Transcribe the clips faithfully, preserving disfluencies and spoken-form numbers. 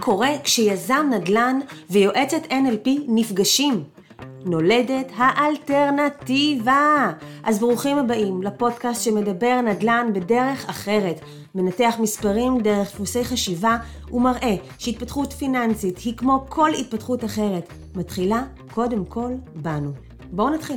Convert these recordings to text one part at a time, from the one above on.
קורה כשיזם נדל"ן ויועצת אן אל פי נפגשים? נולדת האלטרנטיבה. אז ברוכים הבאים לפודקאסט שמדבר נדל"ן בדרך אחרת, מנתח מספרים דרך דפוסי חשיבה ומראה שהתפתחות פיננסית היא כמו כל התפתחות אחרת, מתחילה קודם כל בנו. בואו נתחיל.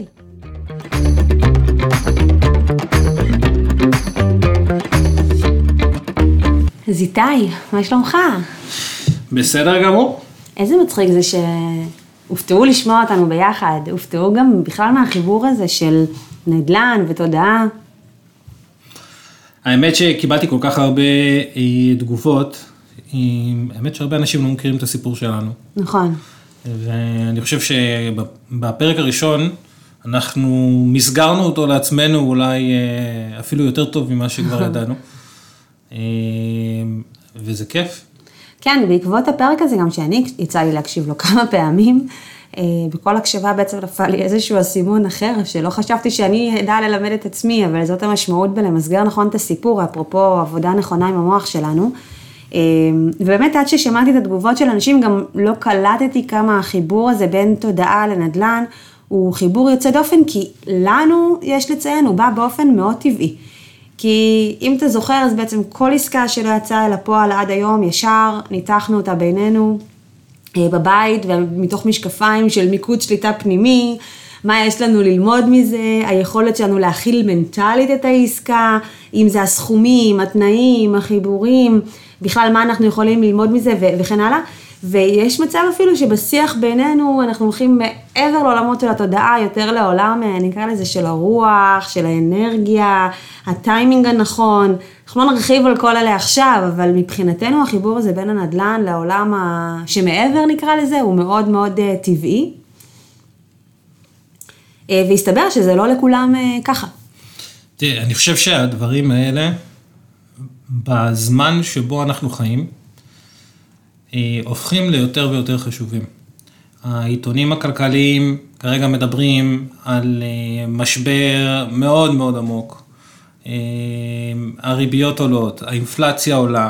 אז איתי, מה שלומך? בסדר גמור. איזה מצחיק זה שהופתעו לשמוע אותנו ביחד, הופתעו גם בכלל מהחיבור הזה של נדל"ן ותודעה. האמת שקיבלתי כל כך הרבה תגובות, האמת שהרבה אנשים לא מכירים את הסיפור שלנו. נכון. ואני חושב שבפרק הראשון אנחנו מסגרנו אותו לעצמנו אולי אפילו יותר טוב ממה שכבר ידענו. וזה כיף. כן, בעקבות הפרק הזה גם שאני יצא לי להקשיב לו כמה פעמים, בכל הקשבה בעצם נפל לי איזשהו אסימון אחר, שלא חשבתי שאני אדע ללמד את עצמי, אבל זאת המשמעות בלמסגר נכון את הסיפור, אפרופו עבודה נכונה עם המוח שלנו. ובאמת עד ששמעתי את התגובות של אנשים, גם לא קלטתי כמה החיבור הזה בין תודעה לנדל"ן, הוא חיבור יוצא דופן, כי לנו יש לציין, הוא בא באופן מאוד טבעי. כי אם אתה זוכר, אז בעצם כל עסקה שלא יצאה אל הפועל עד היום, ישר ניתחנו אותה בינינו בבית, ומתוך משקפיים של מיקוד שליטה פנימי, מה יש לנו ללמוד מזה, היכולת שלנו להכיל מנטלית את העסקה, אם זה הסכומים, התנאים, החיבורים, בכלל מה אנחנו יכולים ללמוד מזה וכן הלאה. ויש מצב אפילו שבשיח בינינו אנחנו הולכים מעבר לעולמות של התודעה, יותר לעולם, נקרא לזה של הרוח, של האנרגיה, הטיימינג הנכון. אנחנו לא נרחיב על כל אלה עכשיו, אבל מבחינתנו החיבור הזה בין הנדל"ן לעולם שמעבר נקרא לזה, הוא מאוד מאוד טבעי. והסתבר שזה לא לכולם ככה. תראה, אני חושב שהדברים האלה, בזמן שבו אנחנו חיים, הופכים ליותר ויותר חשובים. העיתונים הכלכליים כרגע מדברים על משבר מאוד מאוד עמוק. הריביות עולות, האינפלציה עולה.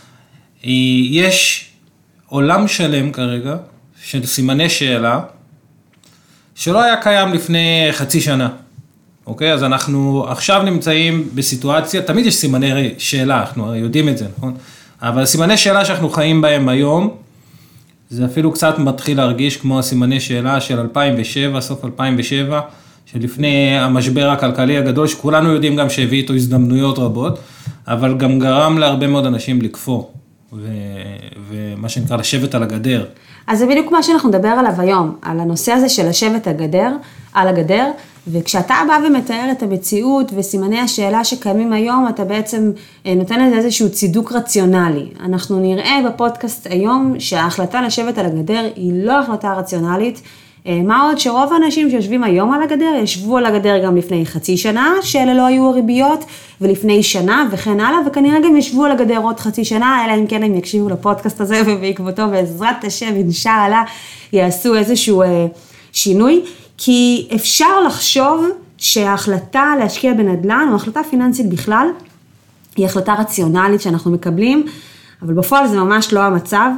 יש עולם שלם כרגע של סימני שאלה, שלא היה קיים לפני חצי שנה. אוקיי? אז אנחנו עכשיו נמצאים בסיטואציה, תמיד יש סימני שאלה, אנחנו יודעים את זה, נכון? אבל הסימני שאלה שאנחנו חיים בהם היום, זה אפילו קצת מתחיל להרגיש כמו הסימני שאלה של אלפיים ושבע, סוף אלפיים ושבע, שלפני המשבר הכלכלי הגדול, שכולנו יודעים גם שהביא איתו הזדמנויות רבות, אבל גם גרם להרבה מאוד אנשים לקפוא, ו... ומה שנקרא לשבת על הגדר. אז זה בדיוק מה שאנחנו נדבר עליו היום, על הנושא הזה של לשבת הגדר, על הגדר, וכשאתה בא ומתאר את המציאות וסימני השאלה שקיימים היום, אתה בעצם נותן לזה איזשהו צידוק רציונלי. אנחנו נראה בפודקאסט היום שההחלטה לשבת על הגדר היא לא החלטה רציונלית, מה עוד שרוב האנשים שיושבים היום על הגדר, ישבו על הגדר גם לפני חצי שנה, שאלה לא היו הריביות, ולפני שנה וכן הלאה, וכנראה גם ישבו על הגדר עוד חצי שנה, אלא אם כן הם יקשיבו לפודקאסט הזה, ובעקבותו בעזרת השם, אינשאללה, יעשו איזשהו אה, שינוי, כי אפשר לחשוב שההחלטה להשקיע בנדל"ן, או החלטה פיננסית בכלל, היא החלטה רציונלית שאנחנו מקבלים, אבל בפועל זה ממש לא המצב.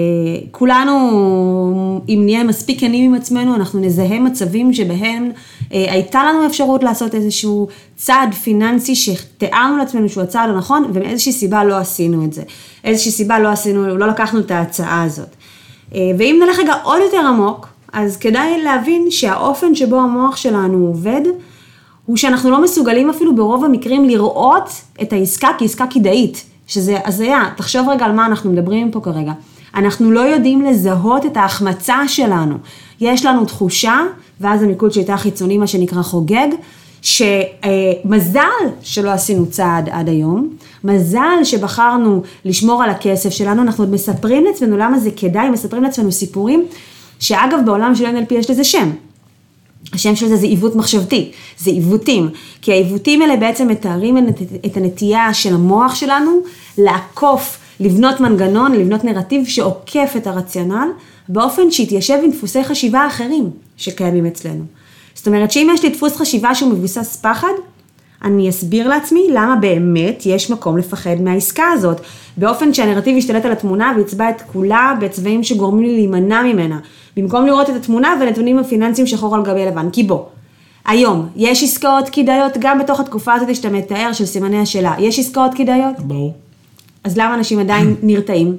כולנו, אם נהיה מספיק כנים עם עצמנו, אנחנו נזהה מצבים שבהם הייתה לנו אפשרות לעשות איזשהו צעד פיננסי שתיארנו לעצמנו שהוא הצעד הנכון, ומאיזושהי סיבה לא עשינו את זה. איזושהי סיבה לא עשינו, לא לקחנו את ההצעה הזאת. ואם נלך רגע עוד יותר עמוק, אז כדאי להבין שהאופן שבו המוח שלנו עובד, הוא שאנחנו לא מסוגלים אפילו ברוב המקרים לראות את העסקה כעסקה כדאית. שזה הזיה, תחשוב רגע על מה אנחנו מדברים פה כרגע. אנחנו לא יודעים לזהות את ההחמצה שלנו. יש לנו תחושה, ואז המיקוד שליטה חיצוני, מה שנקרא חוגג, שמזל שלא עשינו צעד עד היום, מזל שבחרנו לשמור על הכסף שלנו, אנחנו עוד מספרים לעצמנו למה זה כדאי, מספרים לעצמנו סיפורים, שאגב בעולם של אן אל פי יש לזה שם. השם של זה זה עיוות מחשבתי, זה עיוותים, כי העיוותים האלה בעצם מתארים את הנטייה של המוח שלנו, לעקוף, לבנות מנגנון, לבנות נרטיב שעוקף את הרציונל, באופן שיתיישב עם דפוסי חשיבה אחרים שקיימים אצלנו. זאת אומרת שאם יש לי דפוס חשיבה שהוא מבוסס פחד, אני אסביר לעצמי למה באמת יש מקום לפחד מהעסקה הזאת, באופן שהנרטיב ישתלט על התמונה ויצבע את כולה בצבעים שגורמים לי להימנע ממנה, במקום לראות את התמונה ונתונים הפיננסיים שחור על גבי לבן, כי בוא, היום יש עסקאות כדאיות גם בתוך התקופה הזאת שאתה מתאר של סימני השאלה, יש עסקאות כדאיות? ברור. אז למה אנשים עדיין נרתעים?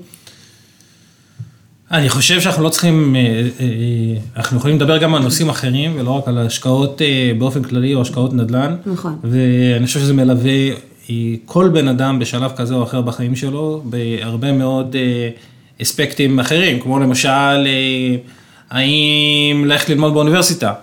אני חושב שאנחנו לא צריכים, אנחנו יכולים לדבר גם על נושאים אחרים, ולא רק על השקעות באופן כללי או השקעות נדל"ן. נכון. ואני חושב שזה מלווה כל בן אדם בשלב כזה או אחר בחיים שלו, בהרבה מאוד אספקטים אחרים, כמו למשל, האם ללכת ללמוד באוניברסיטה,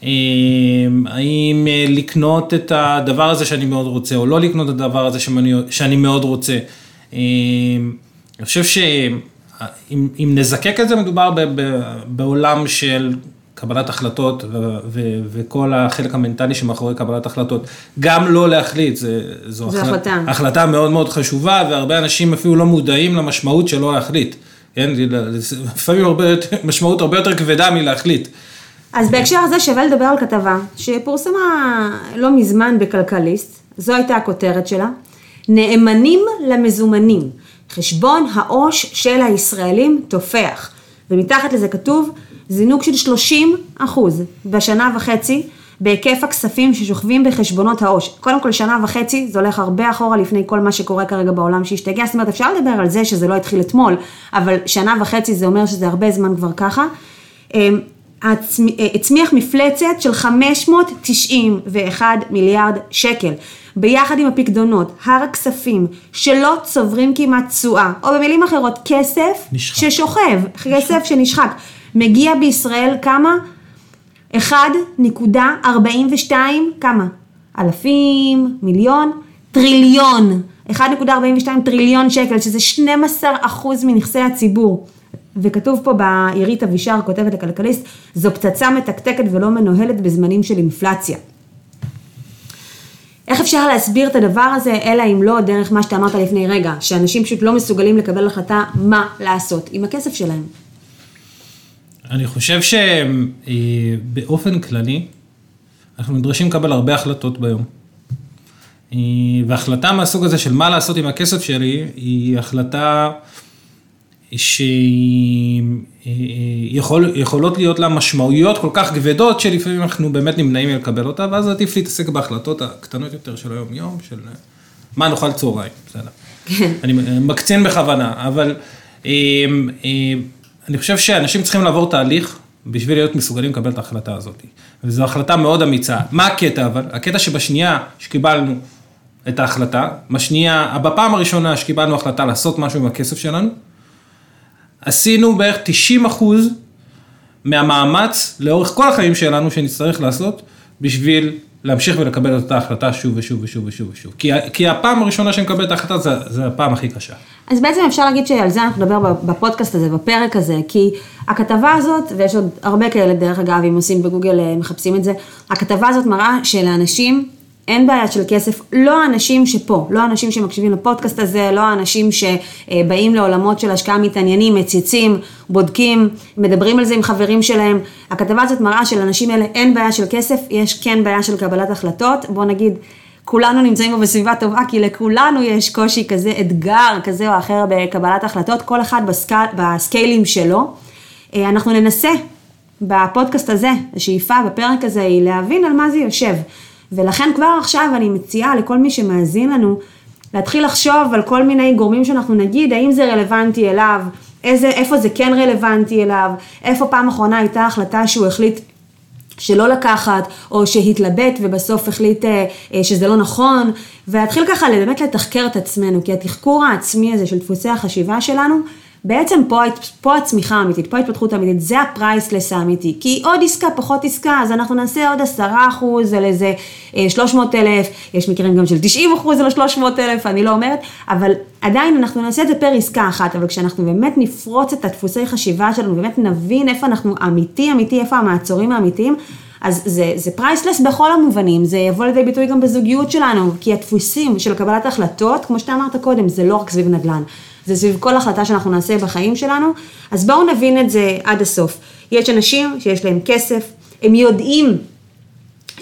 האם לקנות את הדבר הזה שאני מאוד רוצה, או לא לקנות את הדבר הזה שאני מאוד רוצה. אני חושב ש... אם, אם נזקק את זה, מדובר ב, ב, בעולם של קבלת החלטות ו, ו, וכל החלק המנטלי שמאחורי קבלת החלטות. גם לא להחליט, זה, זו החלט, החלטה. החלטה מאוד מאוד חשובה, והרבה אנשים אפילו לא מודעים למשמעות של לא להחליט. כן? לפעמים הרבה, משמעות הרבה יותר כבדה מלהחליט. אז בהקשר הזה שווה לדבר על כתבה, שפורסמה לא מזמן בכלכליסט, זו הייתה הכותרת שלה, נאמנים למזומנים. חשבון העו"ש של הישראלים תופח, ומתחת לזה כתוב זינוק של שלושים אחוז בשנה וחצי בהיקף הכספים ששוכבים בחשבונות העו"ש. קודם כל שנה וחצי זה הולך הרבה אחורה לפני כל מה שקורה כרגע בעולם שהשתגע, זאת אומרת אפשר לדבר על זה שזה לא התחיל אתמול, אבל שנה וחצי זה אומר שזה הרבה זמן כבר ככה. הצמיח מפלצת של חמש מאות תשעים ואחד מיליארד שקל. ביחד עם הפקדונות, הר הכספים שלא צוברים כמעט תשואה, או במילים אחרות, כסף נשחק. ששוכב, כסף שנשחק, מגיע בישראל כמה? אחת נקודה ארבעים ושתיים, כמה? אלפים, מיליון, טריליון, אחת נקודה ארבעים ושתיים טריליון שקל, שזה שנים עשר אחוז מנכסי הציבור. וכתוב פה בעירית אבישר, כותבת לכלכליסט, זו פצצה מתקתקת ולא מנוהלת בזמנים של אינפלציה. איך אפשר להסביר את הדבר הזה, אלא אם לא דרך מה שאתה אמרת לפני רגע, שאנשים פשוט לא מסוגלים לקבל החלטה מה לעשות עם הכסף שלהם? אני חושב שבאופן כללי, אנחנו נדרשים לקבל הרבה החלטות ביום. וההחלטה מהסוג הזה של מה לעשות עם הכסף שלי, היא החלטה שיכולות להיות לה משמעויות כל כך כבדות, שלפעמים אנחנו באמת נמנעים לקבל אותה, ואז עדיף להתעסק בהחלטות הקטנות יותר של היום יום, של מה נאכל צהריים, בסדר. אני מקצין בכוונה, אבל אני חושב שאנשים צריכים לעבור תהליך, בשביל להיות מסוגלים לקבל את ההחלטה הזאת. וזו החלטה מאוד אמיצה. מה הקטע אבל? הקטע שבשנייה שקיבלנו את ההחלטה, בשנייה, בפעם הראשונה שקיבלנו החלטה לעשות משהו עם הכסף שלנו, עשינו בערך תשעים אחוז מהמאמץ לאורך כל החיים שלנו שנצטרך לעשות, בשביל להמשיך ולקבל את אותה החלטה שוב ושוב ושוב ושוב ושוב. כי, כי הפעם הראשונה שנקבל את ההחלטה, זה, זה הפעם הכי קשה. אז בעצם אפשר להגיד שעל זה אנחנו נדבר בפודקאסט הזה, בפרק הזה, כי הכתבה הזאת, ויש עוד הרבה כאלה דרך אגב, אם עושים בגוגל, מחפשים את זה, הכתבה הזאת מראה שלאנשים אין בעיה של כסף, לא האנשים שפה, לא האנשים שמקשיבים לפודקאסט הזה, לא האנשים שבאים לעולמות של השקעה מתעניינים, מציצים, בודקים, מדברים על זה עם חברים שלהם. הכתבה הזאת מראה שלאנשים האלה אין בעיה של כסף, יש כן בעיה של קבלת החלטות. בוא נגיד, כולנו נמצאים פה בסביבה טובה, כי לכולנו יש קושי כזה, אתגר כזה או אחר בקבלת החלטות, כל אחד בסקל, בסקיילים שלו. אנחנו ננסה בפודקאסט הזה, השאיפה בפרק הזה, היא להבין על מה זה יושב. ולכן כבר עכשיו אני מציעה לכל מי שמאזין לנו, להתחיל לחשוב על כל מיני גורמים שאנחנו נגיד, האם זה רלוונטי אליו, איזה, איפה זה כן רלוונטי אליו, איפה פעם אחרונה הייתה החלטה שהוא החליט שלא לקחת, או שהתלבט ובסוף החליט שזה לא נכון, ולהתחיל ככה באמת לתחקר את עצמנו, כי התחקור העצמי הזה של דפוסי החשיבה שלנו, בעצם פה, פה הצמיחה האמיתית, פה ההתפתחות האמיתית, זה הפרייסלס האמיתי, כי עוד עסקה, פחות עסקה, אז אנחנו נעשה עוד עשרה אחוז על איזה שלוש מאות אלף, יש מקרים גם של תשעים אחוז על שלוש מאות אלף, אני לא אומרת, אבל עדיין אנחנו נעשה את זה פר עסקה אחת, אבל כשאנחנו באמת נפרוץ את הדפוסי חשיבה שלנו, באמת נבין איפה אנחנו אמיתי, אמיתי, איפה המעצורים האמיתיים, אז זה, זה פרייסלס בכל המובנים, זה יבוא לידי ביטוי גם בזוגיות שלנו, כי הדפוסים של קבלת החלטות, כמו שאתה אמרת קודם, זה לא רק סביב נדל"ן. זה סביב כל החלטה שאנחנו נעשה בחיים שלנו, אז בואו נבין את זה עד הסוף. יש אנשים שיש להם כסף, הם יודעים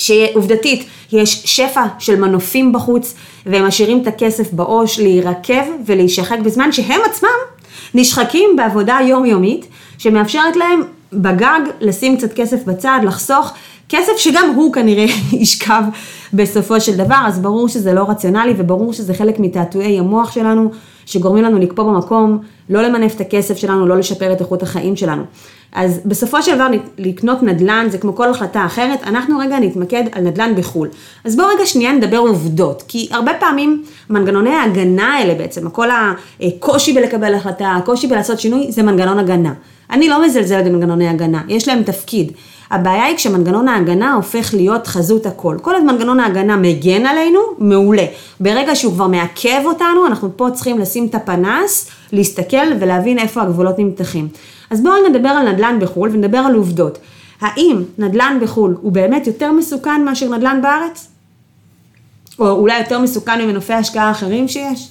שעובדתית יש שפע של מנופים בחוץ, והם משאירים את הכסף בעו"ש להירקב ולהישחק בזמן שהם עצמם נשחקים בעבודה יומיומית, שמאפשרת להם בגג לשים קצת כסף בצד, לחסוך, כסף שגם הוא כנראה ישכב בסופו של דבר, אז ברור שזה לא רציונלי, וברור שזה חלק מתעתועי המוח שלנו, שגורמים לנו לקפוא במקום, לא למנף את הכסף שלנו, לא לשפר את איכות החיים שלנו. אז בסופו של דבר לקנות נדל"ן זה כמו כל החלטה אחרת, אנחנו רגע נתמקד על נדל"ן בחול. אז בואו רגע שנייה נדבר עובדות, כי הרבה פעמים מנגנוני ההגנה האלה בעצם, כל הקושי בלקבל החלטה, הקושי בלעשות שינוי, זה מנגנון הגנה. אני לא מזלזלת במנגנוני הגנה, יש להם תפקיד. הבעיה היא כשמנגנון ההגנה הופך להיות חזות הכל. כל עוד מנגנון ההגנה מגן עלינו, מעולה. ברגע שהוא כבר מעכב אותנו, אנחנו פה צריכים לשים את הפנס, להסתכל ולהבין איפה הגבולות נמתחים. אז בואו נדבר על נדל"ן בחול ונדבר על עובדות. האם נדל"ן בחול הוא באמת יותר מסוכן מאשר נדל"ן בארץ? או אולי יותר מסוכן ממנופי השקעה אחרים שיש?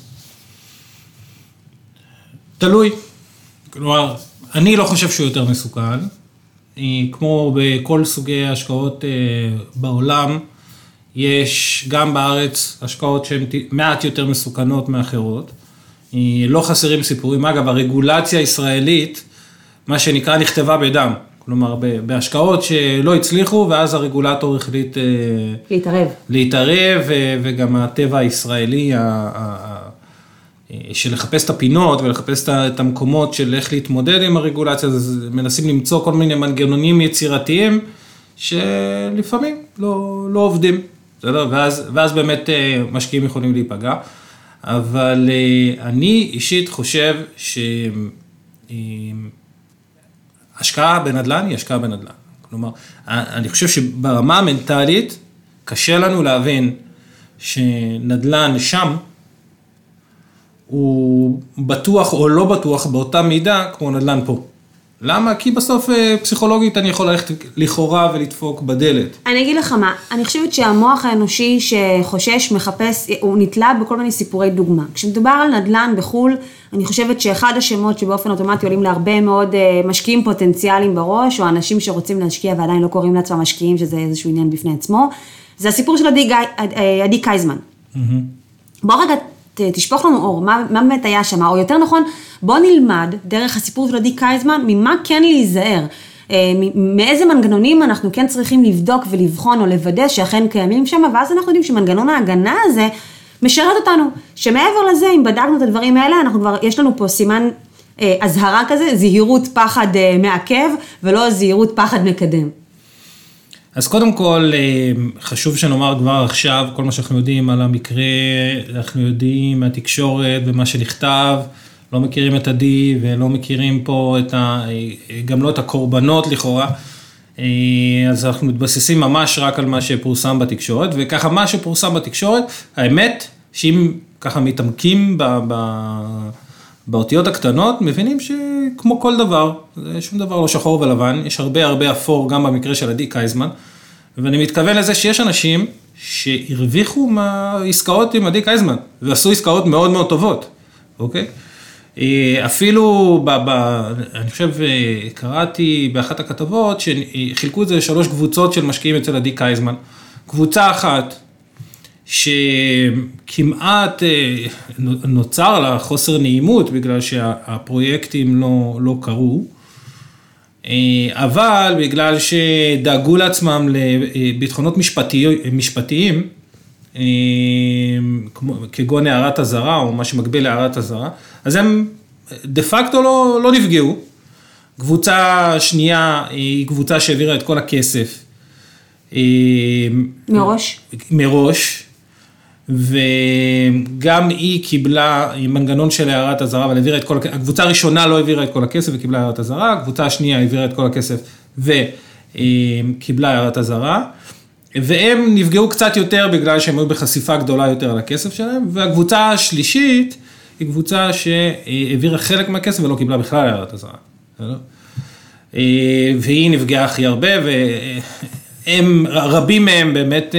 תלוי. כלומר, אני לא חושב שהוא יותר מסוכן. כמו בכל סוגי ההשקעות בעולם, יש גם בארץ השקעות שהן מעט יותר מסוכנות מאחרות. לא חסרים סיפורים. אגב, הרגולציה הישראלית, מה שנקרא נכתבה בדם. כלומר, בהשקעות שלא הצליחו, ואז הרגולטור החליט להתערב. להתערב, וגם הטבע הישראלי, של לחפש את הפינות ולחפש את המקומות של איך להתמודד עם הרגולציה, אז מנסים למצוא כל מיני מנגנונים יצירתיים, שלפעמים לא, לא עובדים. ואז, ואז באמת משקיעים יכולים להיפגע. אבל אני אישית חושב שהשקעה בנדל"ן היא השקעה בנדל"ן. כלומר, אני חושב שברמה המנטלית קשה לנו להבין שנדל"ן שם הוא בטוח או לא בטוח באותה מידה כמו נדל"ן פה. למה? כי בסוף פסיכולוגית אני יכול ללכת לכאורה ולדפוק בדלת. אני אגיד לך מה, אני חושבת שהמוח האנושי שחושש, מחפש, הוא נתלה בכל מיני סיפורי דוגמה. כשמדובר על נדל"ן בחול, אני חושבת שאחד השמות שבאופן אוטומטי עולים להרבה מאוד משקיעים פוטנציאליים בראש, או אנשים שרוצים להשקיע ועדיין לא קוראים לעצמם משקיעים, שזה איזשהו עניין בפני עצמו, זה הסיפור של עדי, עדי קייזמן. בוא רגע תשפוך לנו אור, מה, מה באמת היה שם, או יותר נכון, בוא נלמד דרך הסיפור של עדי קייזמן, ממה כן להיזהר, מאיזה מנגנונים אנחנו כן צריכים לבדוק ולבחון או לוודא שאכן קיימים שם, ואז אנחנו יודעים שמנגנון ההגנה הזה משרת אותנו, שמעבר לזה, אם בדקנו את הדברים האלה, אנחנו כבר, יש לנו פה סימן אה, הזהרה כזה, זהירות פחד אה, מעכב, ולא זהירות פחד מקדם. אז קודם כל, חשוב שנאמר כבר עכשיו, כל מה שאנחנו יודעים על המקרה, אנחנו יודעים מהתקשורת ומה שנכתב, לא מכירים את עדי ולא מכירים פה את ה, גם לא את הקורבנות לכאורה, אז אנחנו מתבססים ממש רק על מה שפורסם בתקשורת, וככה מה שפורסם בתקשורת, האמת שאם ככה מתעמקים ב, ב, באותיות הקטנות, מבינים שכמו כל דבר, שום דבר לא שחור ולבן, יש הרבה הרבה אפור גם במקרה של עדי קייזמן, ואני מתכוון לזה שיש אנשים שהרוויחו מהעסקאות עם עדי קייזמן, ועשו עסקאות מאוד מאוד טובות, אוקיי? אפילו, ב, ב, אני חושב, קראתי באחת הכתבות, שחילקו את זה לשלוש קבוצות של משקיעים אצל עדי קייזמן. קבוצה אחת, שכמעט נוצר לה חוסר נעימות, בגלל שהפרויקטים לא, לא קרו, אבל בגלל שדאגו לעצמם לביטחונות משפטיים, כגון הערת הזרה, או מה שמקביל להערת הזרה, אז הם דה פקטו לא, לא נפגעו. קבוצה שנייה היא קבוצה שהעבירה את כל הכסף. מראש? מראש, וגם היא קיבלה מנגנון של הערת הזרה, אבל העבירה את כל הכסף, הקבוצה הראשונה לא העבירה את כל הכסף וקיבלה הערת הזרה, הקבוצה השנייה העבירה את כל הכסף וקיבלה הערת הזרה, והם נפגעו קצת יותר בגלל שהם היו בחשיפה גדולה יותר על הכסף שלהם, והקבוצה השלישית היא קבוצה שהעבירה חלק מהכסף ולא קיבלה בכלל הערת הזרה. והיא נפגעה הכי הרבה, והם, רבים מהם באמת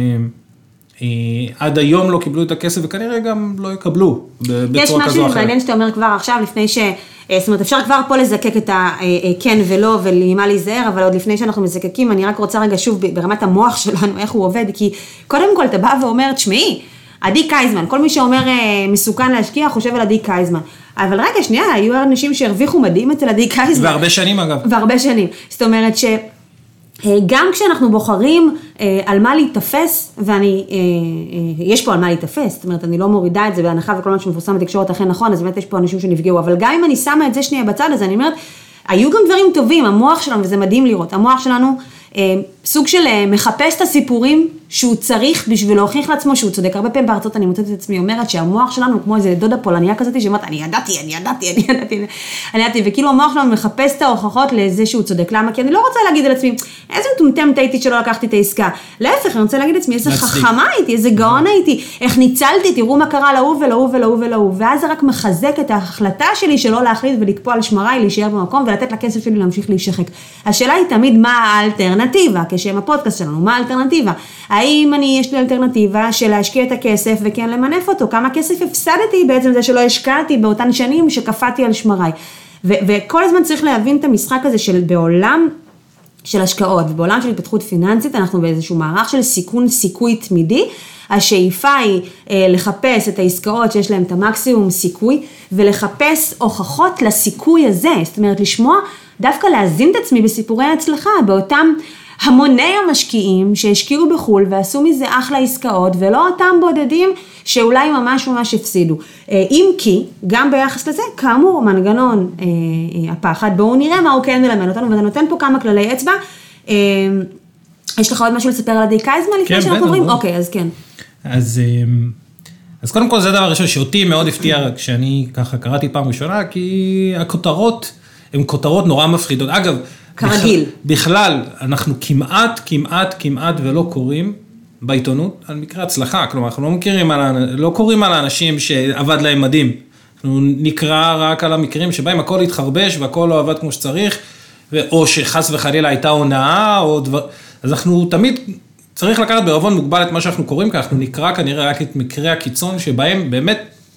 עד היום לא קיבלו את הכסף, וכנראה גם לא יקבלו בצורה כזו או אחרת. יש משהו מעניין שאתה אומר כבר עכשיו, לפני זאת אומרת, אפשר כבר פה לזקק את הכן ולא ולמה להיזהר, אבל עוד לפני שאנחנו מזקקים, אני רק רוצה רגע שוב ברמת המוח שלנו, איך הוא עובד, כי קודם כל אתה בא ואומר, תשמעי, עדי קייזמן, כל מי שאומר מסוכן להשקיע, חושב על עדי קייזמן. אבל רגע, שנייה, היו אנשים שהרוויחו מדהים אצל עדי קייזמן. והרבה שנים אגב. והרבה שנים. זאת אומרת ש... גם כשאנחנו בוחרים על מה להתאפס, ואני, יש פה על מה להתאפס, זאת אומרת, אני לא מורידה את זה בהנחה וכל מה שמפורסם בתקשורת אכן נכון, אז באמת יש פה אנשים שנפגעו, אבל גם אם אני שמה את זה שנייה בצד, אז אני אומרת, היו גם דברים טובים, המוח שלנו, וזה מדהים לראות, המוח שלנו סוג של מחפש את הסיפורים שהוא צריך בשביל להוכיח לעצמו שהוא צודק. הרבה פעמים בארצות אני מוצאת את עצמי אומרת שהמוח שלנו כמו איזה דודה פולניה כזאת שאומרת אני ידעתי, אני ידעתי, אני ידעתי, אני ידעתי, וכאילו המוח שלנו מחפש את ההוכחות לזה שהוא צודק. למה? כי אני לא רוצה להגיד על עצמי איזה מטומטם הייתי שלא לקחתי את העסקה. להפך, אני רוצה להגיד לעצמי איזה חכמה הייתי, איזה גאון הייתי, איך ניצלתי, תראו מה קרה להוא ולהוא ולהוא ולהוא, ואז זה רק מחזק את ההחלטה שלי שלא להחליט ולקפוא על שמריי, להישאר במקום ולתת לכסף שלי להמשיך להישחק. השאלה היא תמיד מה האלטרנטיבה, כשם הפודקאסט שלנו, מה האלטרנטיבה? האם אני, יש לי אלטרנטיבה של להשקיע את הכסף וכן למנף אותו? כמה כסף הפסדתי בעצם זה שלא השקעתי באותן שנים שקפאתי על שמריי? ו- וכל הזמן צריך להבין את המשחק הזה של בעולם של השקעות, ובעולם של התפתחות פיננסית, אנחנו באיזשהו מערך של סיכון סיכוי תמידי, השאיפה היא אה, לחפש את העסקאות שיש להם את המקסימום סיכוי, ולחפש הוכחות לסיכוי הזה, זאת אומרת לשמוע, דווקא להזין את עצמי בסיפורי ההצלחה, באותם המוני המשקיעים שהשקיעו בחול ועשו מזה אחלה עסקאות, ולא אותם בודדים שאולי ממש ממש הפסידו. אם כי, גם ביחס לזה, כאמור, מנגנון אה, אה, הפחד, בואו נראה מה הוא כן מלמד אותנו, ואתה נותן פה כמה כללי אצבע. אה, יש לך עוד משהו לספר על עדי קייזמן לפני כן, שאנחנו עוברים? בטח. אוקיי, אז כן. אז, אז קודם כל זה דבר ראשון שאותי מאוד הפתיע כשאני ככה קראתי פעם ראשונה, כי הכותרות הן כותרות נורא מפחידות. אגב, כרגיל. בכלל, אנחנו כמעט, כמעט, כמעט ולא קוראים בעיתונות על מקרה הצלחה. כלומר, אנחנו לא מכירים על, לא קוראים על האנשים שעבד להם מדהים. אנחנו נקרא רק על המקרים שבהם הכל התחרבש והכל לא עבד כמו שצריך, או שחס וחלילה הייתה הונאה, או דבר... אז אנחנו תמיד צריך לקחת בערבון מוגבל את מה שאנחנו קוראים, כי אנחנו נקרא כנראה רק את מקרי הקיצון שבהם באמת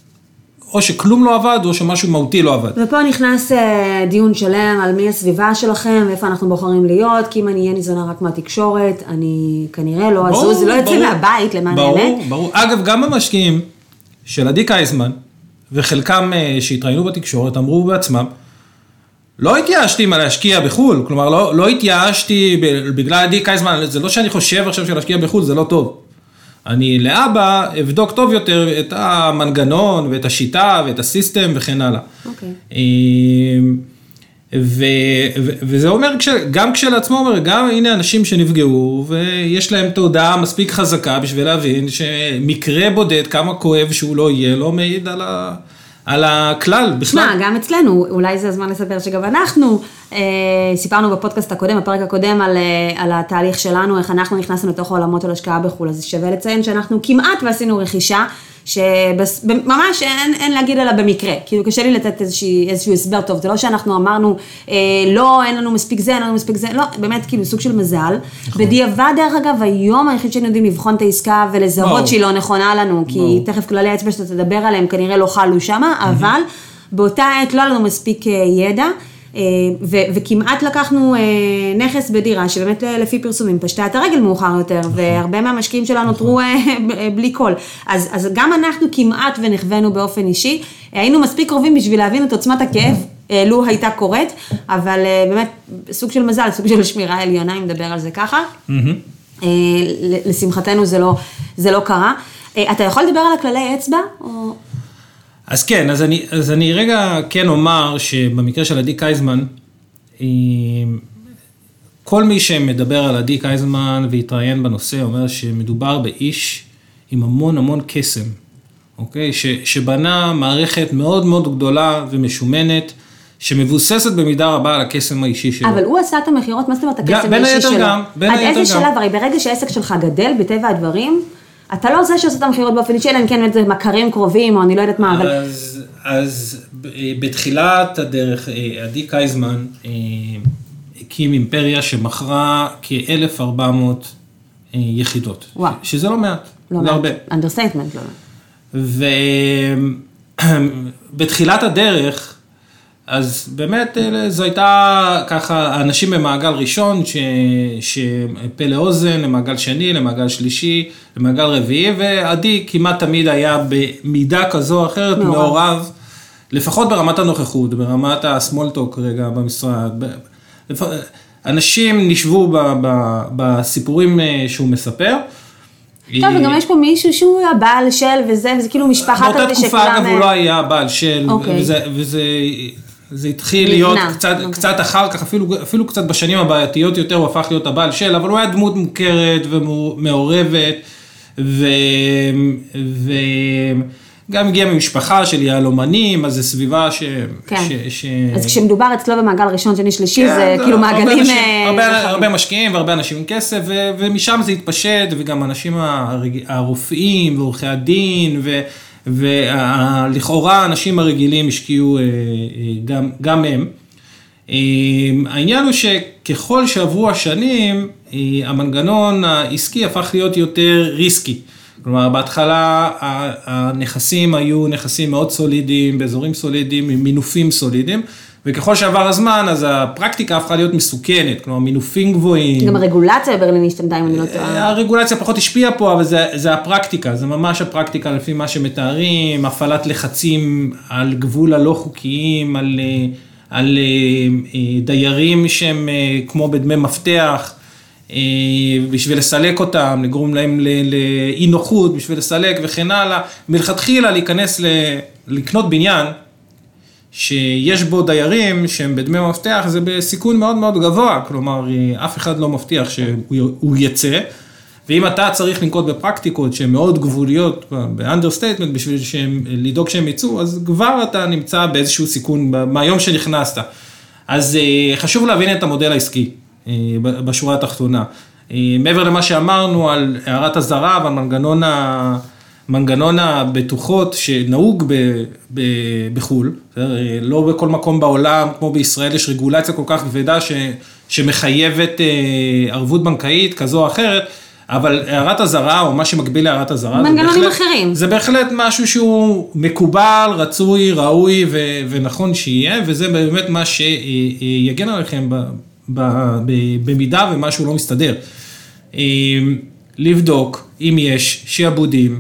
או שכלום לא עבד, או שמשהו מהותי לא עבד. ופה נכנס דיון שלם על מי הסביבה שלכם, ואיפה אנחנו בוחרים להיות, כי אם אני אהיה ניזונה רק מהתקשורת, אני כנראה לא אזוז, לא יוצא מהבית, למען האמת. ברור, ברור. אגב, גם המשקיעים של עדי קייזמן, וחלקם שהתראינו בתקשורת, אמרו בעצמם, לא התייאשתי מה להשקיע בחול, כלומר, לא, לא התייאשתי בגלל עדי קייזמן, זה לא שאני חושב עכשיו שלהשקיע בחול, זה לא טוב. אני לאבא אבדוק טוב יותר את המנגנון ואת השיטה ואת הסיסטם וכן הלאה. אוקיי. וזה אומר, גם כשלעצמו אומר, גם הנה אנשים שנפגעו ויש להם תודעה מספיק חזקה בשביל להבין שמקרה בודד, כמה כואב שהוא לא יהיה, לא מעיד על ה... על הכלל, בכלל. שמה, גם אצלנו, אולי זה הזמן לספר שגם אנחנו, אה, סיפרנו בפודקאסט הקודם, בפרק הקודם, על, אה, על התהליך שלנו, איך אנחנו נכנסנו לתוך העולמות של השקעה בחול, אז שווה לציין שאנחנו כמעט ועשינו רכישה, שממש אין, אין להגיד עליה במקרה, כאילו קשה לי לתת איזשהו, איזשהו הסבר טוב, זה לא שאנחנו אמרנו, אה, לא, אין לנו מספיק זה, אין לנו מספיק זה, לא, באמת כאילו סוג של מזל, נכון. בדיעבד דרך אגב, היום היחיד שאני יודעים לבחון את העסקה ולזהות בוא. שהיא לא נכונה לנו, כי בוא. תכף כללי האצבע שאתה תדבר עליהם כנראה לא חלו שמה, mm-hmm. אבל באותה עת לא לנו מספיק ידע, ו- וכמעט לקחנו נכס בדירה, שבאמת לפי פרסומים פשטה את הרגל מאוחר יותר, והרבה מהמשקיעים שלנו נותרו בלי קול. אז, אז גם אנחנו כמעט ונכוונו באופן אישי, היינו מספיק קרובים בשביל להבין את עוצמת הכאב, לו הייתה קורית, אבל באמת סוג של מזל, סוג של שמירה עליונה, אם מדבר על זה ככה. לשמחתנו זה לא, זה לא קרה. אתה יכול לדבר על הכללי אצבע? או... אז כן, אז אני, אז אני רגע כן אומר שבמקרה של עדי קייזמן, כל מי שמדבר על עדי קייזמן והתראיין בנושא, אומר שמדובר באיש עם המון המון קסם, אוקיי? ש, שבנה מערכת מאוד מאוד גדולה ומשומנת, שמבוססת במידה רבה על הקסם האישי שלו. אבל הוא עשה את המחירות, מה זאת אומרת הקסם האישי שלו? גם, בין היתר גם. עד איזה שלב, הרי ברגע שהעסק שלך גדל בטבע הדברים, אתה לא זה שעושה את המחירות באופן אישי, אלא אם כן זה מכרים קרובים, או אני לא יודעת מה, אבל... אז, אז בתחילת הדרך, עדי קייזמן הקים אימפריה שמכרה כ-אלף וארבע מאות יחידות. וואו. שזה לא מעט, לא זה הרבה. אנדרסטייטמנט, לא מעט. ובתחילת הדרך, אז באמת זו הייתה ככה, האנשים במעגל ראשון, שפה לאוזן, למעגל שני, למעגל שלישי, למעגל רביעי, ועדי כמעט תמיד היה במידה כזו או אחרת מעורב, לפחות ברמת הנוכחות, ברמת הסמולטוק רגע במשרד. אנשים נשבו בסיפורים שהוא מספר. טוב, וגם יש פה מישהו שהוא הבעל של וזה, וזה כאילו משפחה כזה שכולם... באותה תקופה אגב הוא לא היה הבעל של, וזה... זה התחיל להיות קצת, okay. קצת אחר כך, אפילו, אפילו קצת בשנים הבעייתיות יותר, הוא הפך להיות הבעל של, אבל הוא היה דמות מוכרת ומעורבת, ו, וגם הגיע ממשפחה של יהלומנים, אז זה סביבה ש... כן. ש, ש... אז כשמדובר אצלו במעגל ראשון, שני, שלישי, כן, זה כאילו מעגלים... הרבה, אנשים, הרבה, הרבה משקיעים והרבה אנשים עם כסף, ו, ומשם זה התפשט, וגם האנשים הרג... הרופאים ועורכי הדין, ו... ולכאורה האנשים הרגילים השקיעו גם, גם הם. העניין הוא שככל שעברו השנים, המנגנון העסקי הפך להיות יותר ריסקי. כלומר, בהתחלה הנכסים היו נכסים מאוד סולידיים, באזורים סולידיים, עם מינופים סולידיים, וככל שעבר הזמן, אז הפרקטיקה הפכה להיות מסוכנת, כלומר, מינופים גבוהים. גם הרגולציה בברלין השתנתה, אם אני לא טועה. הרגולציה פחות השפיעה פה, אבל זה, זה הפרקטיקה, זה ממש הפרקטיקה לפי מה שמתארים, הפעלת לחצים על גבול הלא חוקיים, על, על דיירים שהם כמו בדמי מפתח, בשביל לסלק אותם, לגרום להם לאי נוחות, בשביל לסלק וכן הלאה, מלכתחילה להיכנס ל, לקנות בניין, שיש בו דיירים שהם בדמי מפתח, זה בסיכון מאוד מאוד גבוה, כלומר, אף אחד לא מבטיח שהוא יצא, ואם אתה צריך לנקוט בפרקטיקות שהן מאוד גבוליות, באנדרסטייטמנט, בשביל שהם, לדאוג שהם יצאו, אז כבר אתה נמצא באיזשהו סיכון מהיום שנכנסת. אז חשוב להבין את המודל העסקי בשורה התחתונה. מעבר למה שאמרנו על הערת הזרה ועל מנגנון ה... מנגנון הבטוחות שנהוג ב, ב, בחול, לא בכל מקום בעולם, כמו בישראל יש רגולציה כל כך כבדה ש, שמחייבת ערבות בנקאית כזו או אחרת, אבל הערת הזרה או מה שמקביל להערת הזרה, מנגנונים זה בהחלט, אחרים. זה בהחלט משהו שהוא מקובל, רצוי, ראוי ו, ונכון שיהיה, וזה באמת מה שיגן עליכם ב, ב, ב, במידה ומשהו לא מסתדר. לבדוק אם יש שעבודים,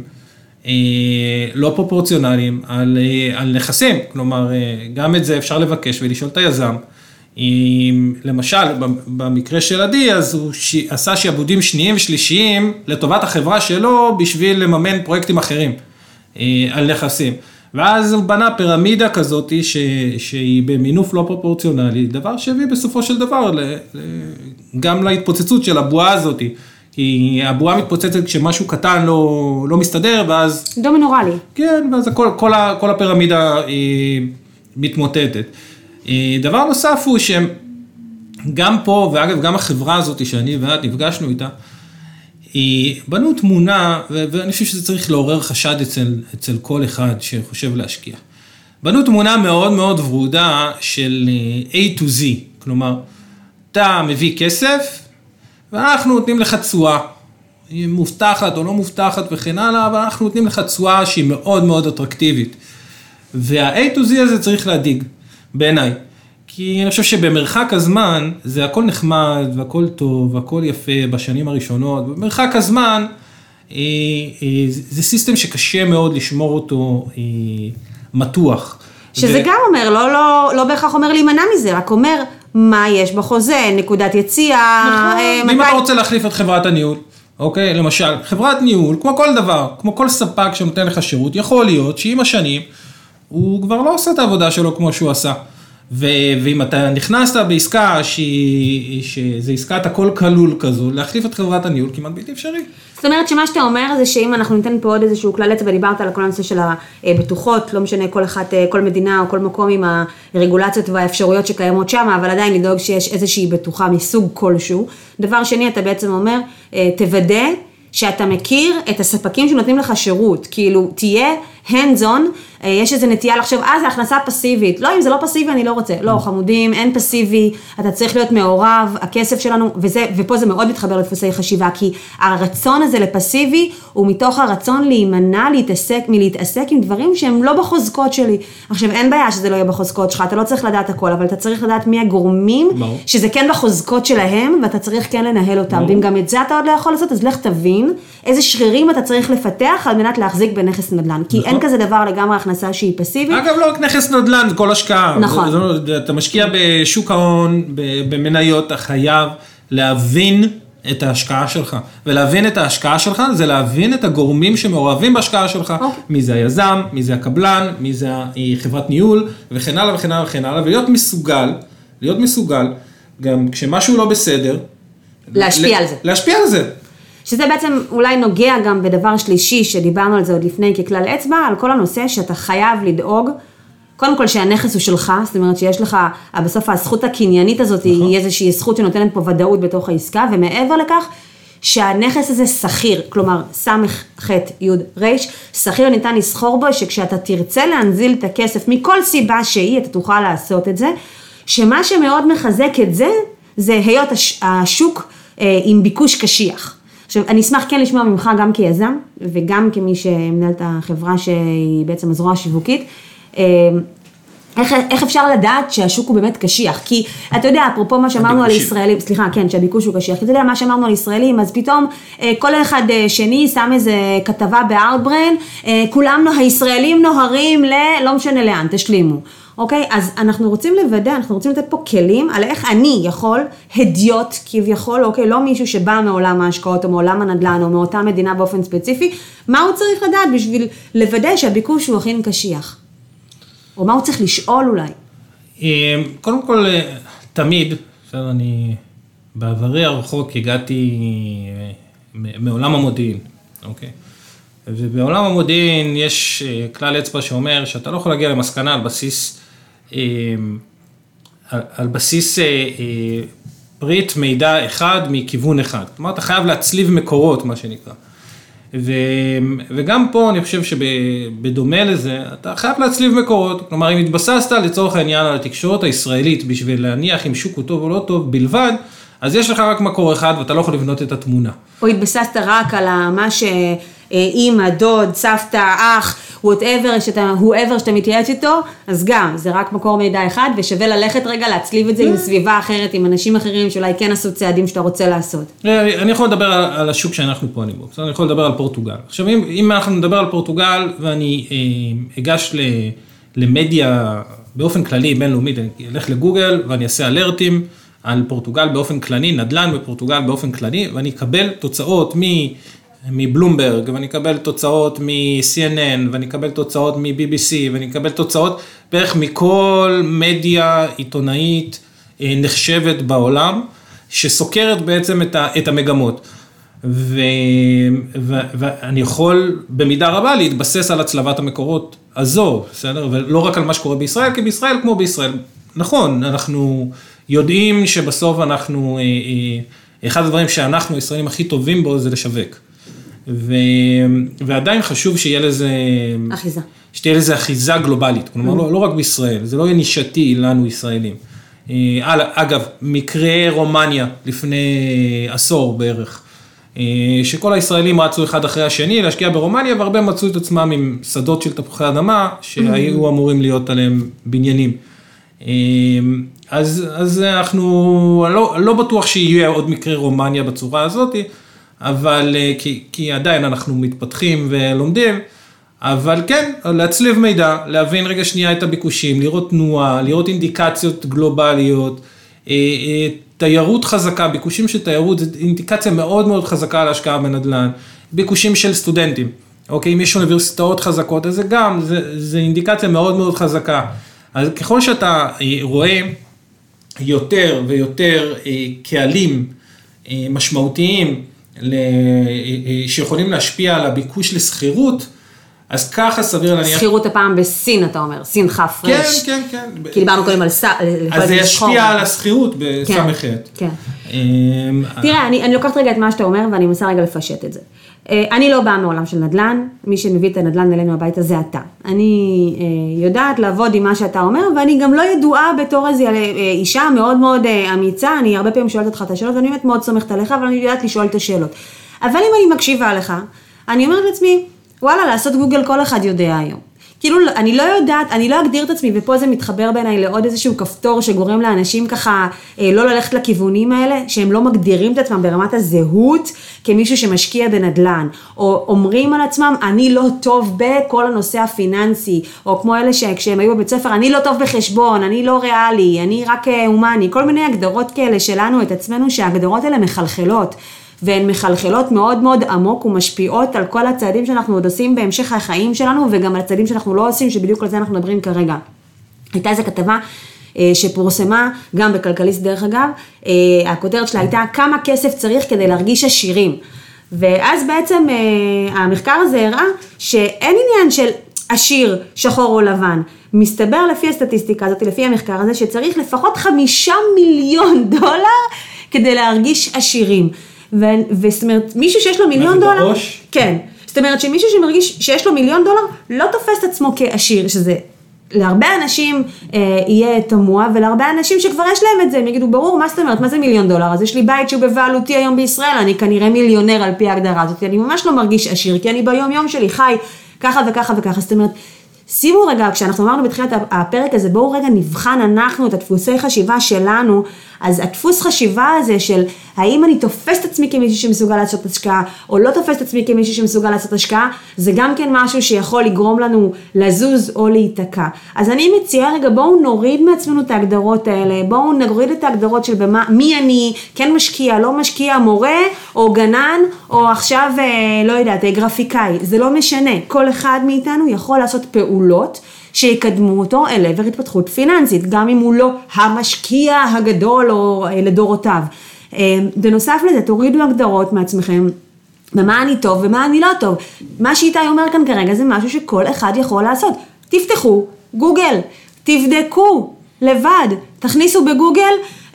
לא פרופורציונליים על, על נכסים, כלומר, גם את זה אפשר לבקש ולשאול את היזם. למשל, במקרה של עדי, אז הוא עשה שעבודים שניים ושלישיים לטובת החברה שלו, בשביל לממן פרויקטים אחרים על נכסים. ואז הוא בנה פירמידה כזאת, ש, שהיא במינוף לא פרופורציונלי, דבר שהביא בסופו של דבר, גם להתפוצצות של הבועה הזאת. כי הבועה מתפוצצת כשמשהו קטן לא, לא מסתדר, ואז... דומינורלי. כן, ואז כל, כל, כל הפירמידה היא מתמוטטת. דבר נוסף הוא שגם פה, ואגב גם החברה הזאת שאני ואת נפגשנו איתה, בנו תמונה, ואני חושב שזה צריך לעורר חשד אצל, אצל כל אחד שחושב להשקיע. בנו תמונה מאוד מאוד ורודה של A to Z, כלומר, אתה מביא כסף, ואנחנו נותנים לך תשואה, היא מובטחת או לא מובטחת וכן הלאה, אבל אנחנו נותנים לך תשואה שהיא מאוד מאוד אטרקטיבית. וה-A to Z הזה צריך להדיג, בעיניי. כי אני חושב שבמרחק הזמן, זה הכל נחמד והכל טוב והכל יפה בשנים הראשונות. במרחק הזמן, זה סיסטם שקשה מאוד לשמור אותו מתוח. שזה ו... גם אומר, לא, לא, לא בהכרח אומר להימנע מזה, רק אומר מה יש בחוזה, נקודת יציאה. נכון, ואם מתי... אתה רוצה להחליף את חברת הניהול, אוקיי, למשל, חברת ניהול, כמו כל דבר, כמו כל ספק שנותן לך שירות, יכול להיות שעם השנים, הוא כבר לא עושה את העבודה שלו כמו שהוא עשה. ו- ואם אתה נכנסת בעסקה שהיא, שזה עסקת הכל כלול כזו, להחליף את חברת הניהול כמעט בלתי אפשרי. זאת אומרת שמה שאתה אומר זה שאם אנחנו ניתן פה עוד איזשהו כלל אצבע, ודיברת על כל הנושא של הבטוחות, לא משנה כל אחת, כל מדינה או כל מקום עם הרגולציות והאפשרויות שקיימות שם, אבל עדיין לדאוג שיש איזושהי בטוחה מסוג כלשהו. דבר שני, אתה בעצם אומר, תוודא שאתה מכיר את הספקים שנותנים לך שירות, כאילו תהיה hands on יש איזו נטייה לחשוב, אה, זה הכנסה פסיבית. לא, אם זה לא פסיבי, אני לא רוצה. לא, חמודים, אין פסיבי, אתה צריך להיות מעורב, הכסף שלנו, וזה, ופה זה מאוד מתחבר לדפוסי חשיבה, כי הרצון הזה לפסיבי, הוא מתוך הרצון להימנע, להתעסק, מלהתעסק עם דברים שהם לא בחוזקות שלי. עכשיו, אין בעיה שזה לא יהיה בחוזקות שלך, אתה לא צריך לדעת הכל, אבל אתה צריך לדעת מי הגורמים, שזה כן בחוזקות שלהם, ואתה צריך כן לנהל אותם. ואם גם את זה אתה עוד לא יכול לעשות, אז לך תבין איזה שרירים אתה צריך לפתח על מנת להחזיק בנכס נדל"ן. כי אין כזה דבר לגמרי הכנסה שהיא פסיבית. אגב, לא רק נכס נדל"ן, זה כל השקעה. נכון. אתה משקיע בשוק ההון, במניות, אתה חייב להבין את ההשקעה שלך. ולהבין את ההשקעה שלך, זה להבין את הגורמים שמעורבים בהשקעה שלך. מי זה היזם, מי זה הקבלן, מי זה חברת ניהול, וכן הלאה וכן הלאה וכן הלאה, ולהיות מסוגל, להיות מסוגל, גם כשמשהו לא בסדר, להשפיע על זה. להשפיע על זה. שזה בעצם אולי נוגע גם בדבר שלישי, שדיברנו על זה עוד לפני ככלל אצבע, על כל הנושא שאתה חייב לדאוג, קודם כל שהנכס הוא שלך, זאת אומרת שיש לך, בסוף הזכות הקניינית הזאת, היא איזושהי זכות שנותנת פה ודאות בתוך העסקה, ומעבר לכך, שהנכס הזה שכיר, כלומר, סמך חט יוד ריש, שכיר ניתן לסחור בו, שכשאתה תרצה להנזיל את הכסף, מכל סיבה שהיא, אתה תוכל לעשות את זה, שמה שמאוד מחזק את זה, זה היות השוק עם ביקוש קשיח. עכשיו, אני אשמח כן לשמוע ממך גם כיזם, וגם כמי שמנהל את החברה שהיא בעצם הזרוע השיווקית, איך, איך אפשר לדעת שהשוק הוא באמת קשיח? כי אתה יודע, אפרופו מה שאמרנו על ישראלים, סליחה, כן, שהביקוש הוא קשיח, כי אתה יודע מה שאמרנו על ישראלים, אז פתאום כל אחד שני שם איזה כתבה בארטבריין, כולם, הישראלים נוהרים ל... לא משנה לאן, תשלימו. אוקיי? אז אנחנו רוצים לוודא, אנחנו רוצים לתת פה כלים על איך אני יכול, הדיוט כביכול, אוקיי? לא מישהו שבא מעולם ההשקעות או מעולם הנדל"ן או מאותה מדינה באופן ספציפי, מה הוא צריך לדעת בשביל לוודא שהביקוש הוא הכי קשיח? או מה הוא צריך לשאול אולי? קודם כל, תמיד, בסדר, אני בעברי הרחוק הגעתי מעולם המודיעין, אוקיי? ובעולם המודיעין יש כלל אצבע שאומר שאתה לא יכול להגיע למסקנה על בסיס, על בסיס פריט מידע אחד מכיוון אחד. כלומר, אתה חייב להצליב מקורות, מה שנקרא. ו, וגם פה אני חושב שבדומה לזה, אתה חייב להצליב מקורות. כלומר, אם התבססת לצורך העניין על התקשורת הישראלית בשביל להניח אם שוק הוא טוב או לא טוב בלבד, אז יש לך רק מקור אחד ואתה לא יכול לבנות את התמונה. או התבססת רק על מה שאמא, דוד, סבתא, אח, whatever שאתה, whoever שאתה מתייעץ איתו, אז גם, זה רק מקור מידע אחד, ושווה ללכת רגע להצליב את זה עם סביבה אחרת, עם אנשים אחרים שאולי כן עשו צעדים שאתה רוצה לעשות. אני יכול לדבר על השוק שאנחנו פועלים בו, אני יכול לדבר על פורטוגל. עכשיו, אם, אם אנחנו נדבר על פורטוגל, ואני אה, אגש ל, למדיה באופן כללי, בינלאומית, אני אלך לגוגל ואני אעשה אלרטים, על פורטוגל באופן כללי, נדל"ן בפורטוגל באופן כללי, ואני אקבל תוצאות מבלומברג, ואני אקבל תוצאות מ-סי אן אן, ואני אקבל תוצאות מ-בי בי סי, ואני אקבל תוצאות בערך מכל מדיה עיתונאית נחשבת בעולם, שסוקרת בעצם את המגמות. ואני יכול במידה רבה להתבסס על הצלבת המקורות הזו, בסדר? ולא רק על מה שקורה בישראל, כי בישראל כמו בישראל. נכון, אנחנו יודעים שבסוף אנחנו, אחד הדברים שאנחנו, הישראלים הכי טובים בו, זה לשווק. ו, ועדיין חשוב שיהיה לזה... אחיזה. שתהיה לזה אחיזה גלובלית, כלומר, לא, לא רק בישראל, זה לא יהיה נישתי לנו ישראלים. אגב, מקרה רומניה לפני עשור בערך, שכל הישראלים רצו אחד אחרי השני להשקיע ברומניה, והרבה מצאו את עצמם עם שדות של תפוחי אדמה, שהיו אמורים להיות עליהם בניינים. אז, אז אנחנו, לא, לא בטוח שיהיה עוד מקרה רומניה בצורה הזאת, אבל כי, כי עדיין אנחנו מתפתחים ולומדים, אבל כן, להצליב מידע, להבין רגע שנייה את הביקושים, לראות תנועה, לראות אינדיקציות גלובליות, תיירות חזקה, ביקושים של תיירות, זה אינדיקציה מאוד מאוד חזקה על ההשקעה בנדל"ן, ביקושים של סטודנטים, אוקיי, אם יש אוניברסיטאות חזקות, אז זה גם, זה, זה אינדיקציה מאוד מאוד חזקה. אז ככל שאתה רואה יותר ויותר קהלים משמעותיים שיכולים להשפיע על הביקוש לסחירות, אז ככה סביר להניח... סחירות הפעם בסין, אתה אומר, סין חף רש. כן, כן, כן. כי דיברנו קודם על סע... אז זה ישפיע על הסחירות בסמכת. כן, כן. תראה, אני לוקחת רגע את מה שאתה אומר, ואני מנסה רגע לפשט את זה. אני לא באה מעולם של נדל"ן, מי שמביא את הנדל"ן אלינו הביתה זה אתה. אני יודעת לעבוד עם מה שאתה אומר, ואני גם לא ידועה בתור איזו אישה מאוד מאוד אמיצה, אני הרבה פעמים שואלת אותך את השאלות, ואני באמת מאוד סומכת עליך, אבל אני יודעת לשאול את השאלות. אבל אם אני מקשיבה לך, אני אומרת לעצמי, וואלה, לעשות גוגל כל אחד יודע היום. כאילו, אני לא יודעת, אני לא אגדיר את עצמי, ופה זה מתחבר בעיניי לעוד איזשהו כפתור שגורם לאנשים ככה לא ללכת לכיוונים האלה, שהם לא מגדירים את עצמם ברמת הזהות, כמישהו שמשקיע בנדל"ן, או אומרים על עצמם, אני לא טוב בכל הנושא הפיננסי, או כמו אלה שכשהם היו בבית ספר, אני לא טוב בחשבון, אני לא ריאלי, אני רק הומני, כל מיני הגדרות כאלה שלנו את עצמנו, שההגדרות האלה מחלחלות. והן מחלחלות מאוד מאוד עמוק ומשפיעות על כל הצעדים שאנחנו עוד עושים בהמשך החיים שלנו, וגם על הצעדים שאנחנו לא עושים, שבדיוק על זה אנחנו מדברים כרגע. הייתה איזו כתבה שפורסמה, גם בכלכליסט דרך אגב, הכותרת שלה הייתה, כמה כסף צריך כדי להרגיש עשירים. ואז בעצם המחקר הזה הראה, שאין עניין של עשיר, שחור או לבן. מסתבר לפי הסטטיסטיקה הזאת, לפי המחקר הזה, שצריך לפחות חמישה מיליון דולר, כדי להרגיש עשירים. וזאת אומרת, מישהו שיש לו מיליון דולר, בראש? כן, זאת אומרת שמישהו שמרגיש שיש לו מיליון דולר, לא תופס את עצמו כעשיר, שזה להרבה אנשים אה, יהיה תמוה, ולהרבה אנשים שכבר יש להם את זה, הם יגידו, ברור, מה זאת אומרת, מה זה מיליון דולר? אז יש לי בית שהוא בבעלותי היום בישראל, אני כנראה מיליונר על פי ההגדרה הזאת, אני ממש לא מרגיש עשיר, כי אני ביום יום שלי חי ככה וככה וככה, זאת אומרת, שימו רגע, כשאנחנו אמרנו בתחילת הפרק הזה, בואו רגע נבחן אנחנו את הדפוסי חשיבה שלנו, אז הדפוס חשיבה הזה של האם אני תופס את עצמי כמישהו שמסוגל לעשות השקעה, או לא תופס את עצמי כמישהו שמסוגל לעשות השקעה, זה גם כן משהו שיכול לגרום לנו לזוז או להיתקע. אז אני מציעה רגע, בואו נוריד מעצמנו את ההגדרות האלה, בואו נוריד את ההגדרות של במה, מי אני, כן משקיע, לא משקיע, מורה, או גנן, או עכשיו, לא יודעת, גרפיקאי, זה לא משנה, כל אחד מאיתנו יכול לעשות פעולות, שיקדמו אותו אל עבר התפתחות פיננסית, גם אם הוא לא המשקיע הגדול או לדורותיו. בנוסף לזה, תורידו הגדרות מעצמכם, במה אני טוב ומה אני לא טוב. מה שאיתי אומר כאן כרגע זה משהו שכל אחד יכול לעשות. תפתחו גוגל, תבדקו לבד, תכניסו בגוגל,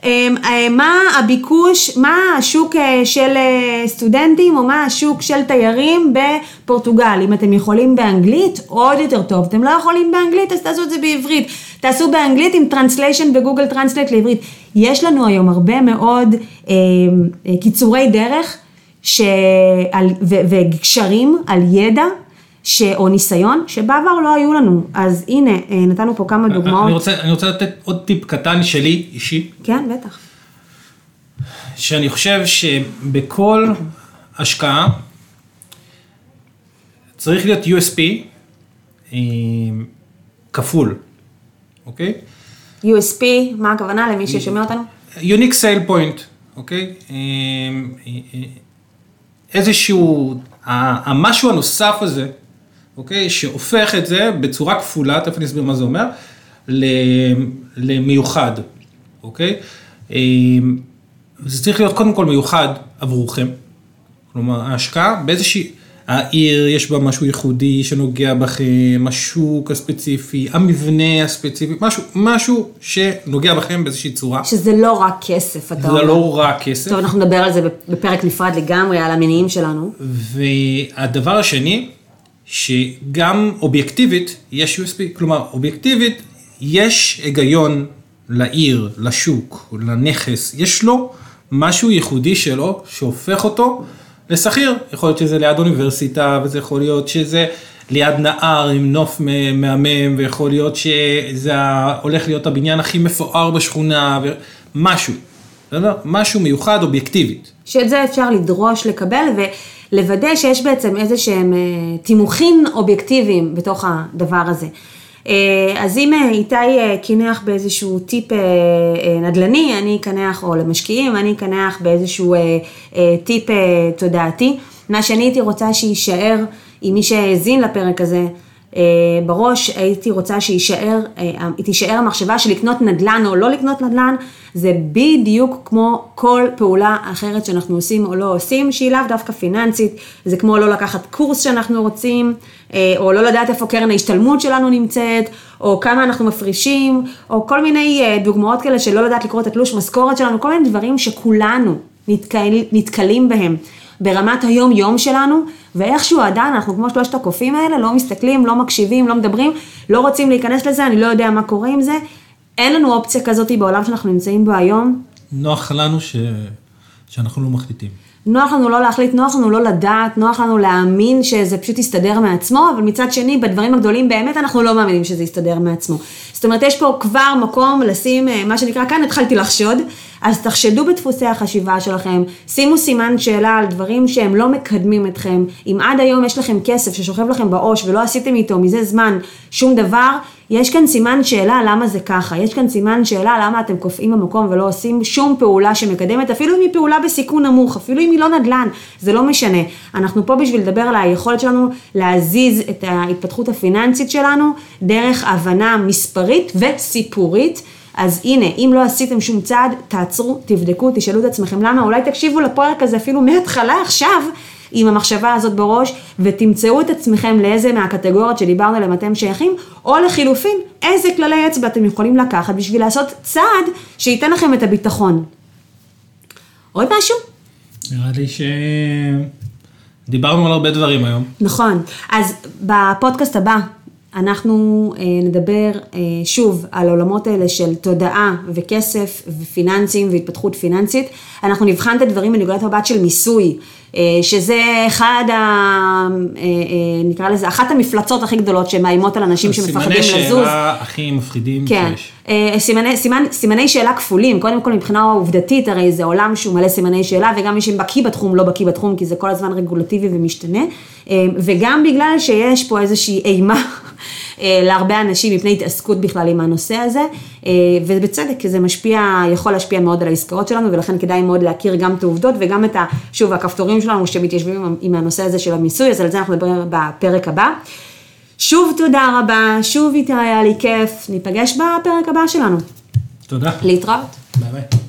מה הביקוש, מה השוק של סטודנטים או מה השוק של תיירים בפורטוגל. אם אתם יכולים באנגלית, עוד יותר טוב. אתם לא יכולים באנגלית, אז תעשו את זה בעברית. תעשו באנגלית עם טרנסליישן בגוגל טרנסלייט לעברית. יש לנו היום הרבה מאוד אה, קיצורי דרך שעל, ו, וגשרים על ידע ש, או ניסיון שבעבר לא היו לנו. אז הנה, נתנו פה כמה דוגמאות. אני רוצה, אני רוצה לתת עוד טיפ קטן שלי, אישי. כן, בטח. שאני חושב שבכל השקעה צריך להיות יו אס פי כפול, אוקיי? יו אס פי, מה הכוונה למי ששומע אותנו? Unique Sale Point, אוקיי? איזשהו, המשהו הנוסף הזה, אוקיי, שהופך את זה בצורה כפולה, תכף אני אסביר מה זה אומר, למיוחד, אוקיי? זה צריך להיות קודם כל מיוחד עבורכם, כלומר, ההשקעה באיזושהי, העיר יש בה משהו ייחודי שנוגע בכם, השוק הספציפי, המבנה הספציפי, משהו, משהו שנוגע בכם באיזושהי צורה. שזה לא רק כסף, אתה אומר. זה לא רק כסף. טוב, אנחנו נדבר על זה בפרק נפרד לגמרי, על המניעים שלנו. והדבר השני, שגם אובייקטיבית יש יו אס פי, כלומר, אובייקטיבית יש היגיון לעיר, לשוק, לנכס, יש לו משהו ייחודי שלו, שהופך אותו לסחיר. יכול להיות שזה ליד אוניברסיטה, וזה יכול להיות שזה ליד נהר עם נוף מהמם, ויכול להיות שזה הולך להיות הבניין הכי מפואר בשכונה, משהו, משהו מיוחד אובייקטיבית. שאת זה אפשר לדרוש, לקבל, ולוודא שיש בעצם איזה שהם תימוכין אובייקטיביים בתוך הדבר הזה. אז אם איתי קינח באיזשהו טיפ נדל"ני, אני קנח, או למשקיעים, אני קנח באיזשהו טיפ תודעתי. מה שאני הייתי רוצה שישאר, עם מי שהזין לפרק הזה, בראש הייתי רוצה שישאר, תישאר המחשבה של לקנות נדל"ן או לא לקנות נדל"ן, זה בדיוק כמו כל פעולה אחרת שאנחנו עושים או לא עושים, שהיא לאו דווקא פיננסית, זה כמו לא לקחת קורס שאנחנו רוצים, או לא לדעת איפה קרן ההשתלמות שלנו נמצאת, או כמה אנחנו מפרישים, או כל מיני דוגמאות כאלה שלא לדעת לקרוא את התלוש משכורת שלנו, כל מיני דברים שכולנו נתקל, נתקלים בהם ברמת היום-יום שלנו, ואיכשהו עדיין, אנחנו כמו שלושת הקופים האלה, לא מסתכלים, לא מקשיבים, לא מדברים, לא רוצים להיכנס לזה, אני לא יודע מה קורה עם זה. אין לנו אופציה כזאת בעולם שאנחנו נמצאים בו היום. נוח לנו ש... שאנחנו לא מחליטים. נוח לנו לא להחליט, נוח לנו לא לדעת, נוח לנו להאמין שזה פשוט יסתדר מעצמו, אבל מצד שני, בדברים הגדולים באמת אנחנו לא מאמינים שזה יסתדר מעצמו. זאת אומרת, יש פה כבר מקום לשים, מה שנקרא, כאן התחלתי לחשוד, אז תחשדו בדפוסי החשיבה שלכם, שימו סימן שאלה על דברים שהם לא מקדמים אתכם, אם עד היום יש לכם כסף ששוכב לכם בעו"ש ולא עשיתם איתו מזה זמן שום דבר, יש כאן סימן שאלה למה זה ככה, יש כאן סימן שאלה למה אתם קופאים במקום ולא עושים שום פעולה שמקדמת, אפילו אם היא פעולה בסיכון נמוך, אפילו אם היא לא נדל"ן, זה לא משנה. אנחנו פה בשביל לדבר על היכולת שלנו להזיז את ההתפתחות הפיננסית שלנו, דרך הבנה מספרית וסיפורית. אז הנה, אם לא עשיתם שום צעד, תעצרו, תבדקו, תשאלו את עצמכם למה, אולי תקשיבו לפרק הזה אפילו מההתחלה עכשיו, עם המחשבה הזאת בראש, ותמצאו את עצמכם לאיזה מהקטגוריות שדיברנו עליהם אתם שייכים, או לחילופין, איזה כללי אצבע אתם יכולים לקחת בשביל לעשות צעד שייתן לכם את הביטחון. עוד משהו? נראה לי שדיברנו על הרבה דברים היום. נכון, אז בפודקאסט הבא, אנחנו אה, נדבר אה, שוב על העולמות האלה של תודעה וכסף ופיננסים והתפתחות פיננסית. אנחנו נבחן את הדברים מנקודת מבט של מיסוי, אה, שזה אחד ה... אה, אה, נקרא לזה, אחת המפלצות הכי גדולות שמאיימות על אנשים שמפחדים לזוז. סימני שאלה הכי מפחידים כן. שיש. אה, סימני, סימני, סימני שאלה כפולים, קודם כל מבחינה עובדתית, הרי זה עולם שהוא מלא סימני שאלה, וגם מי שבקיא בתחום לא בקיא בתחום, כי זה כל הזמן רגולטיבי ומשתנה, אה, וגם בגלל שיש פה איזושהי אימה, להרבה אנשים מפני התעסקות בכלל עם הנושא הזה, ובצדק, כי זה משפיע, יכול להשפיע מאוד על העסקאות שלנו, ולכן כדאי מאוד להכיר גם את העובדות, וגם את, שוב, הכפתורים שלנו שמתיישבים עם הנושא הזה של המיסוי, אז על זה אנחנו נדבר בפרק הבא. שוב תודה רבה, שוב איתי היה לי כיף, ניפגש בפרק הבא שלנו. תודה. להתראות. ביי ביי.